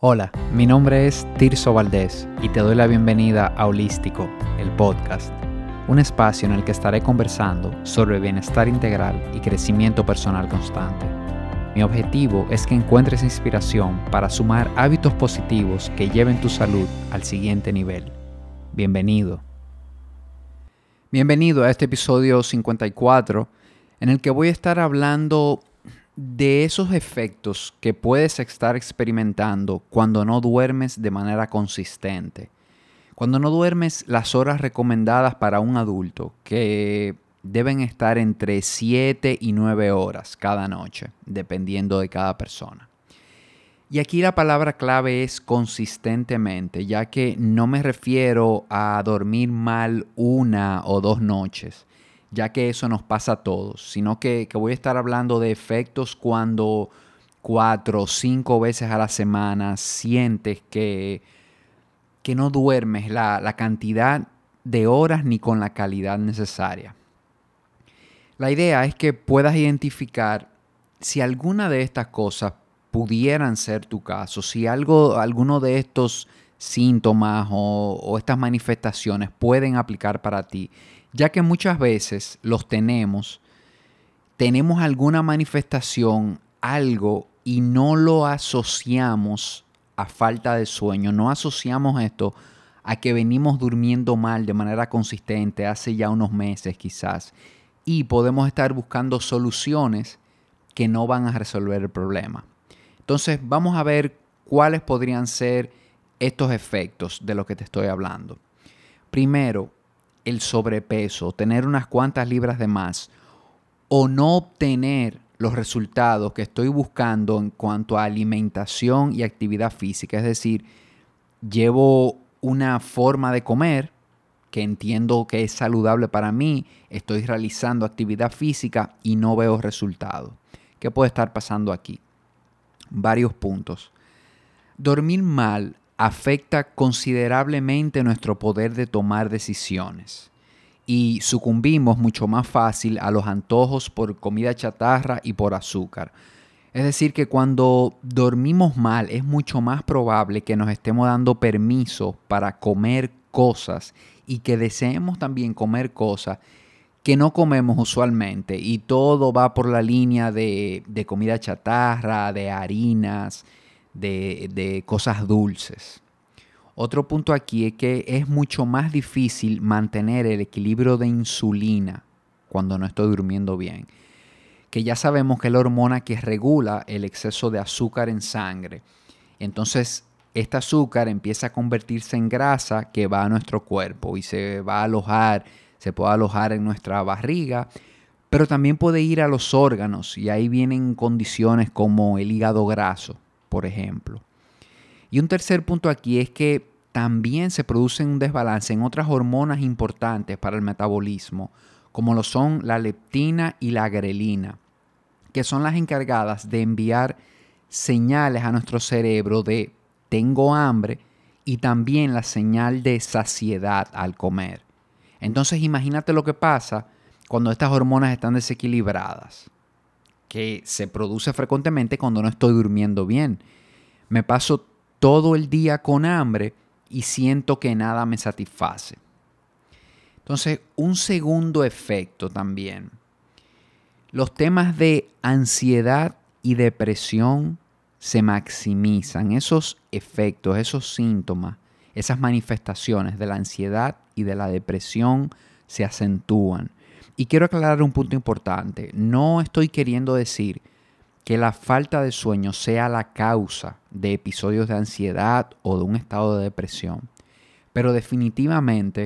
Hola, mi nombre es Tirso Valdés y te doy la bienvenida a Holístico, el podcast, un espacio en el que estaré conversando sobre bienestar integral y crecimiento personal constante. Mi objetivo es que encuentres inspiración para sumar hábitos positivos que lleven tu salud al siguiente nivel. Bienvenido. Bienvenido a este episodio 54, en el que voy a estar hablando de esos efectos que puedes estar experimentando cuando no duermes de manera consistente. Cuando no duermes las horas recomendadas para un adulto, que deben estar entre 7 y 9 horas cada noche, dependiendo de cada persona. Y aquí la palabra clave es consistentemente, ya que no me refiero a dormir mal 1 o 2 noches, ya que eso nos pasa a todos, sino que voy a estar hablando de efectos cuando 4 o 5 veces a la semana sientes que no duermes la cantidad de horas ni con la calidad necesaria. La idea es que puedas identificar si alguna de estas cosas pudieran ser tu caso, si alguno de estos síntomas o estas manifestaciones pueden aplicar para ti, ya que muchas veces los tenemos alguna manifestación, algo, y no lo asociamos a falta de sueño, no asociamos esto a que venimos durmiendo mal de manera consistente hace ya unos meses quizás, y podemos estar buscando soluciones que no van a resolver el problema. Entonces vamos a ver cuáles podrían ser estos efectos de los que te estoy hablando. Primero, el sobrepeso, tener unas cuantas libras de más o no obtener los resultados que estoy buscando en cuanto a alimentación y actividad física. Es decir, llevo una forma de comer que entiendo que es saludable para mí, estoy realizando actividad física y no veo resultados. ¿Qué puede estar pasando aquí? Varios puntos. Dormir mal afecta considerablemente nuestro poder de tomar decisiones y sucumbimos mucho más fácil a los antojos por comida chatarra y por azúcar. Es decir, que cuando dormimos mal es mucho más probable que nos estemos dando permiso para comer cosas y que deseemos también comer cosas que no comemos usualmente, y todo va por la línea de comida chatarra, de harinas, de cosas dulces. Otro punto aquí es que es mucho más difícil mantener el equilibrio de insulina cuando no estoy durmiendo bien, que ya sabemos que es la hormona que regula el exceso de azúcar en sangre. Entonces, este azúcar empieza a convertirse en grasa que va a nuestro cuerpo y se puede alojar en nuestra barriga, pero también puede ir a los órganos, y ahí vienen condiciones como el hígado graso, por ejemplo. Y un tercer punto aquí es que también se produce un desbalance en otras hormonas importantes para el metabolismo, como lo son la leptina y la grelina, que son las encargadas de enviar señales a nuestro cerebro de tengo hambre, y también la señal de saciedad al comer. Entonces imagínate lo que pasa cuando estas hormonas están desequilibradas, que se produce frecuentemente cuando no estoy durmiendo bien. Me paso todo el día con hambre y siento que nada me satisface. Entonces, un segundo efecto también. Los temas de ansiedad y depresión se maximizan. Esos efectos, esos síntomas, esas manifestaciones de la ansiedad y de la depresión se acentúan. Y quiero aclarar un punto importante. No estoy queriendo decir que la falta de sueño sea la causa de episodios de ansiedad o de un estado de depresión. Pero definitivamente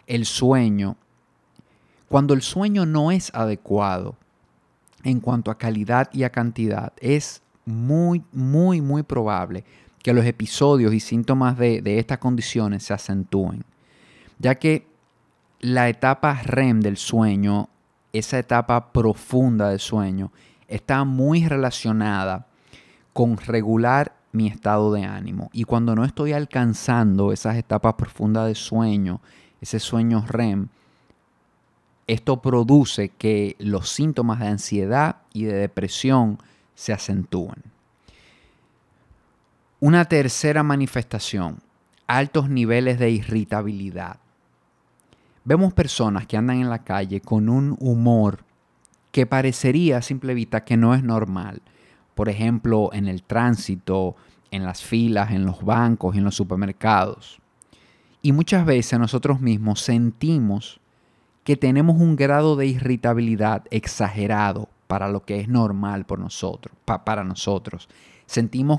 cuando el sueño no es adecuado en cuanto a calidad y a cantidad, es muy, muy, muy probable que los episodios y síntomas de estas condiciones se acentúen, ya que la etapa REM del sueño, esa etapa profunda del sueño, está muy relacionada con regular mi estado de ánimo. Y cuando no estoy alcanzando esas etapas profundas de sueño, ese sueño REM, esto produce que los síntomas de ansiedad y de depresión se acentúen. Una tercera manifestación, altos niveles de irritabilidad. Vemos personas que andan en la calle con un humor que parecería a simple vista que no es normal. Por ejemplo, en el tránsito, en las filas, en los bancos, en los supermercados. Y muchas veces nosotros mismos sentimos que tenemos un grado de irritabilidad exagerado para lo que es normal por nosotros, para nosotros. Sentimos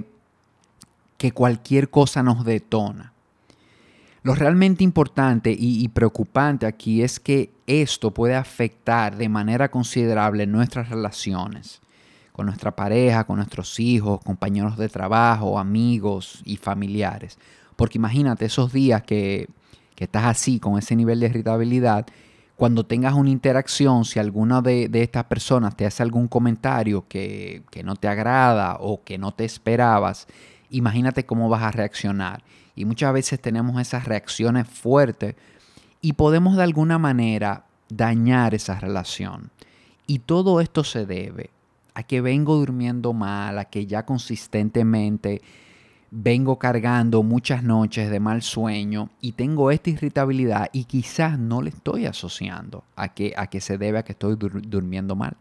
que cualquier cosa nos detona. Lo realmente importante y preocupante aquí es que esto puede afectar de manera considerable nuestras relaciones con nuestra pareja, con nuestros hijos, compañeros de trabajo, amigos y familiares. Porque imagínate esos días que estás así, con ese nivel de irritabilidad, cuando tengas una interacción, si alguna de estas personas te hace algún comentario que no te agrada o que no te esperabas, imagínate cómo vas a reaccionar. Y muchas veces tenemos esas reacciones fuertes y podemos de alguna manera dañar esa relación. Y todo esto se debe a que vengo durmiendo mal, a que ya consistentemente vengo cargando muchas noches de mal sueño y tengo esta irritabilidad y quizás no le estoy asociando a que se debe a que estoy durmiendo mal.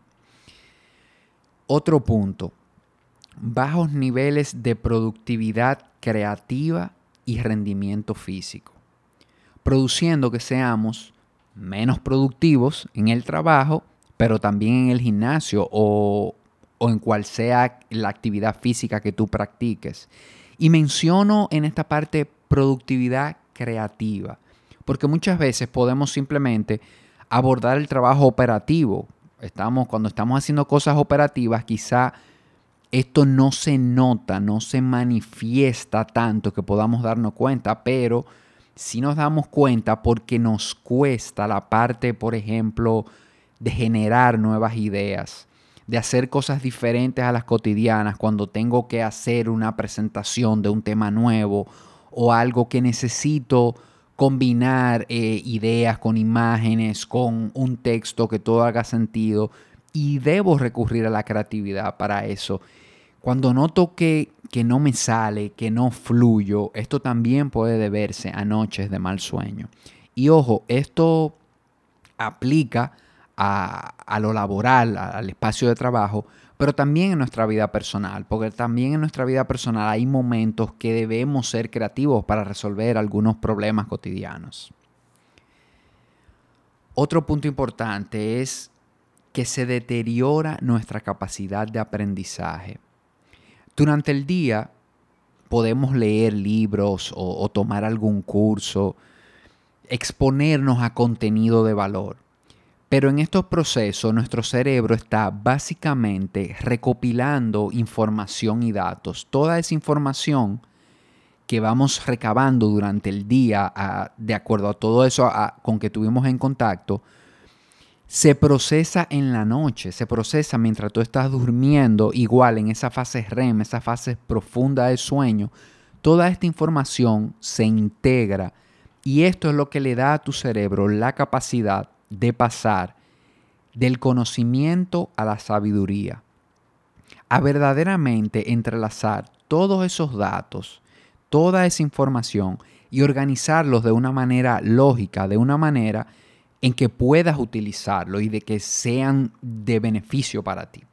Otro punto, bajos niveles de productividad creativa y rendimiento físico, produciendo que seamos menos productivos en el trabajo, pero también en el gimnasio o en cual sea la actividad física que tú practiques. Y menciono en esta parte productividad creativa, porque muchas veces podemos simplemente abordar el trabajo operativo. Cuando estamos haciendo cosas operativas, quizá esto no se nota, no se manifiesta tanto que podamos darnos cuenta, pero sí nos damos cuenta porque nos cuesta la parte, por ejemplo, de generar nuevas ideas, de hacer cosas diferentes a las cotidianas cuando tengo que hacer una presentación de un tema nuevo o algo que necesito combinar ideas con imágenes, con un texto que todo haga sentido y debo recurrir a la creatividad para eso. Cuando noto que no me sale, que no fluyo, esto también puede deberse a noches de mal sueño. Y ojo, esto aplica a lo laboral, al espacio de trabajo, pero también en nuestra vida personal, porque también en nuestra vida personal hay momentos que debemos ser creativos para resolver algunos problemas cotidianos. Otro punto importante es que se deteriora nuestra capacidad de aprendizaje. Durante el día podemos leer libros o tomar algún curso, exponernos a contenido de valor. Pero en estos procesos nuestro cerebro está básicamente recopilando información y datos. Toda esa información que vamos recabando durante el día, de acuerdo a todo eso con que tuvimos en contacto, se procesa en la noche, se procesa mientras tú estás durmiendo, igual en esa fase REM, esa fase profunda del sueño. Toda esta información se integra y esto es lo que le da a tu cerebro la capacidad de pasar del conocimiento a la sabiduría, a verdaderamente entrelazar todos esos datos, toda esa información y organizarlos de una manera lógica, de una manera en que puedas utilizarlo y de que sean de beneficio para ti.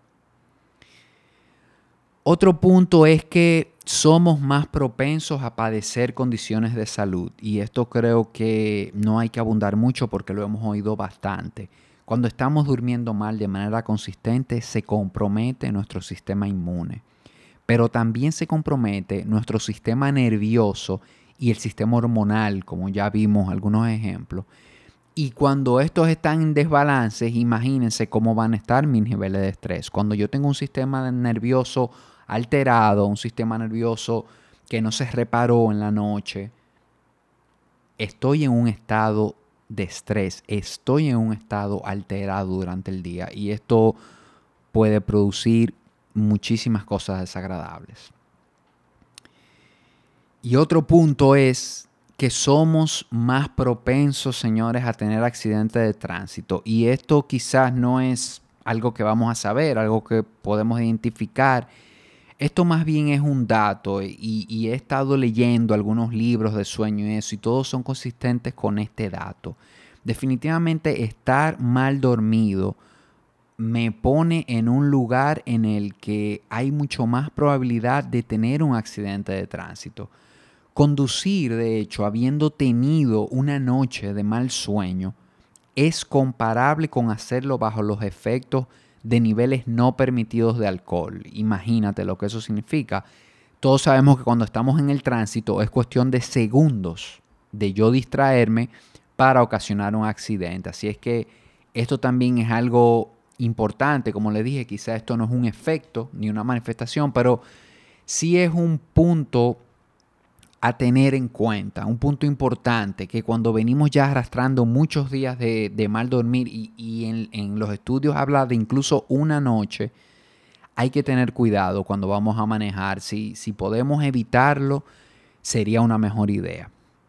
Otro punto es que somos más propensos a padecer condiciones de salud y esto creo que no hay que abundar mucho porque lo hemos oído bastante. Cuando estamos durmiendo mal de manera consistente se compromete nuestro sistema inmune, pero también se compromete nuestro sistema nervioso y el sistema hormonal, como ya vimos algunos ejemplos. Y cuando estos están en desbalance, imagínense cómo van a estar mis niveles de estrés. Cuando yo tengo un sistema nervioso alterado, un sistema nervioso que no se reparó en la noche, estoy en un estado de estrés, estoy en un estado alterado durante el día y esto puede producir muchísimas cosas desagradables. Y otro punto es que somos más propensos, señores, a tener accidentes de tránsito. Y esto quizás no es algo que vamos a saber, algo que podemos identificar Esto más bien es un dato y he estado leyendo algunos libros de sueño y eso, y todos son consistentes con este dato. Definitivamente estar mal dormido me pone en un lugar en el que hay mucho más probabilidad de tener un accidente de tránsito. Conducir, de hecho, habiendo tenido una noche de mal sueño, es comparable con hacerlo bajo los efectos de niveles no permitidos de alcohol. Imagínate lo que eso significa. Todos sabemos que cuando estamos en el tránsito es cuestión de segundos de yo distraerme para ocasionar un accidente. Así es que esto también es algo importante. Como les dije, quizá esto no es un efecto ni una manifestación, pero sí es un punto a tener en cuenta, un punto importante, que cuando venimos ya arrastrando muchos días de mal dormir y en los estudios habla de incluso una noche, hay que tener cuidado cuando vamos a manejar. Si podemos evitarlo, sería una mejor idea.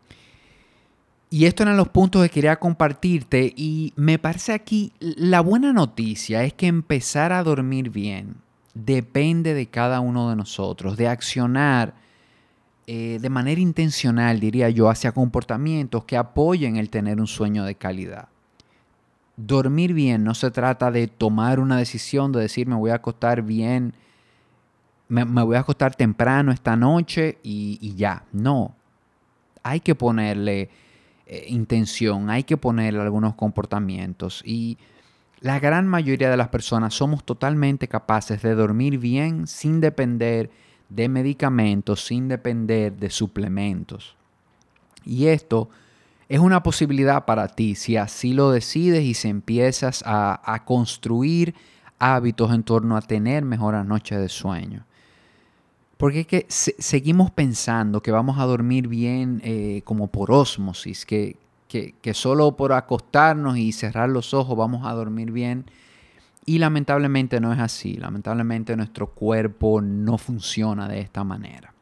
Y estos eran los puntos que quería compartirte, y me parece aquí la buena noticia es que empezar a dormir bien depende de cada uno de nosotros, de accionar de manera intencional, diría yo, hacia comportamientos que apoyen el tener un sueño de calidad. Dormir bien no se trata de tomar una decisión de decir me voy a acostar bien, me voy a acostar temprano esta noche y ya. No, hay que ponerle intención, hay que ponerle algunos comportamientos, y la gran mayoría de las personas somos totalmente capaces de dormir bien sin depender de medicamentos, sin depender de suplementos. Y esto es una posibilidad para ti si así lo decides y si empiezas a construir hábitos en torno a tener mejores noches de sueño. Porque es que seguimos pensando que vamos a dormir bien como por ósmosis, que solo por acostarnos y cerrar los ojos vamos a dormir bien. Y lamentablemente no es así. Lamentablemente nuestro cuerpo no funciona de esta manera.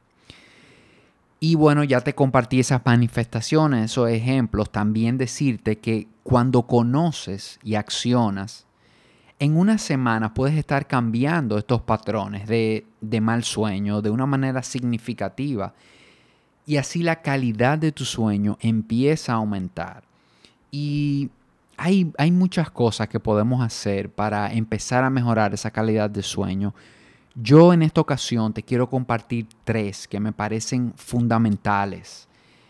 Y bueno, ya te compartí esas manifestaciones, esos ejemplos. También decirte que cuando conoces y accionas, en unas semanas puedes estar cambiando estos patrones de mal sueño de una manera significativa. Y así la calidad de tu sueño empieza a aumentar. Y hay muchas cosas que podemos hacer para empezar a mejorar esa calidad de sueño. Yo en esta ocasión te quiero compartir 3 que me parecen fundamentales.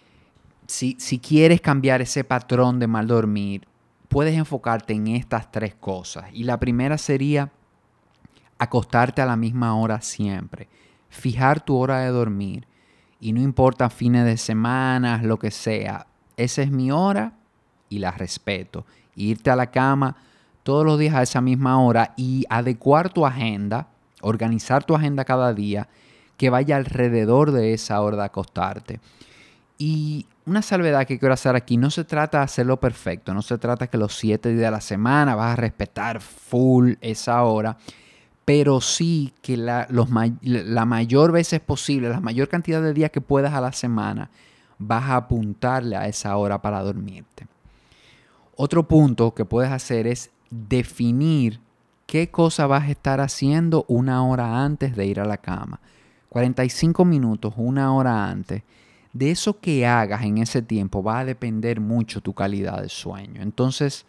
Si quieres cambiar ese patrón de mal dormir, puedes enfocarte en estas 3 cosas. Y la primera sería acostarte a la misma hora siempre. Fijar tu hora de dormir. Y no importa fines de semana, lo que sea. Esa es mi hora y la respeto. Irte a la cama todos los días a esa misma hora y adecuar tu agenda, organizar tu agenda cada día que vaya alrededor de esa hora de acostarte. Y una salvedad que quiero hacer aquí, no se trata de hacerlo perfecto, no se trata que los 7 días de la semana vas a respetar full esa hora, pero sí que la mayor veces posible, la mayor cantidad de días que puedas a la semana, vas a apuntarle a esa hora para dormirte. Otro punto que puedes hacer es definir qué cosa vas a estar haciendo una hora antes de ir a la cama. 45 minutos, una hora antes. De eso que hagas en ese tiempo va a depender mucho tu calidad de sueño. Entonces,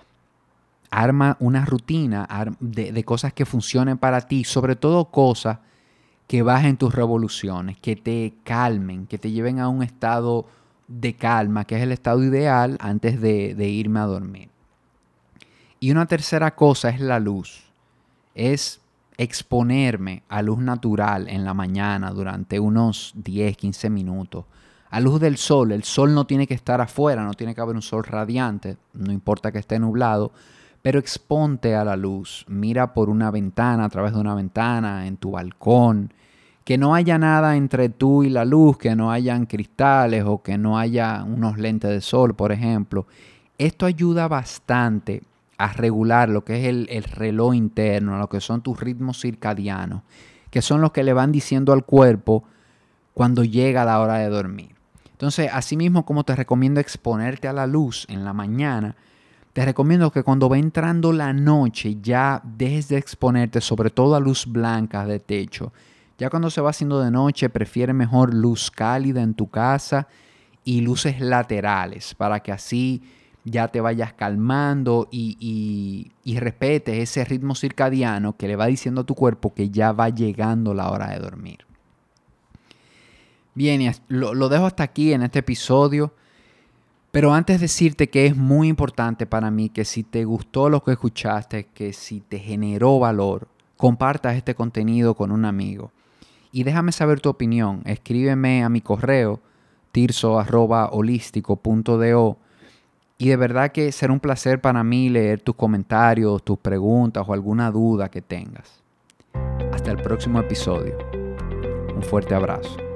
arma una rutina de cosas que funcionen para ti, sobre todo cosas que bajen tus revoluciones, que te calmen, que te lleven a un estado de calma, que es el estado ideal antes de irme a dormir. Y una tercera cosa es la luz. Es exponerme a luz natural en la mañana durante unos 10, 15 minutos. A luz del sol. El sol no tiene que estar afuera, no tiene que haber un sol radiante, no importa que esté nublado, pero exponte a la luz. Mira por una ventana, a través de una ventana, en tu balcón. Que no haya nada entre tú y la luz, que no hayan cristales o que no haya unos lentes de sol, por ejemplo. Esto ayuda bastante a regular lo que es el reloj interno, lo que son tus ritmos circadianos, que son los que le van diciendo al cuerpo cuando llega la hora de dormir. Entonces, asimismo como te recomiendo exponerte a la luz en la mañana, te recomiendo que cuando va entrando la noche ya dejes de exponerte sobre todo a luz blanca de techo. Ya cuando se va haciendo de noche, prefiere mejor luz cálida en tu casa y luces laterales para que así ya te vayas calmando y respetes ese ritmo circadiano que le va diciendo a tu cuerpo que ya va llegando la hora de dormir. Bien, y lo dejo hasta aquí en este episodio. Pero antes de decirte que es muy importante para mí que si te gustó lo que escuchaste, que si te generó valor, compartas este contenido con un amigo. Y déjame saber tu opinión. Escríbeme a mi correo tirso@holístico.do. Y de verdad que será un placer para mí leer tus comentarios, tus preguntas o alguna duda que tengas. Hasta el próximo episodio. Un fuerte abrazo.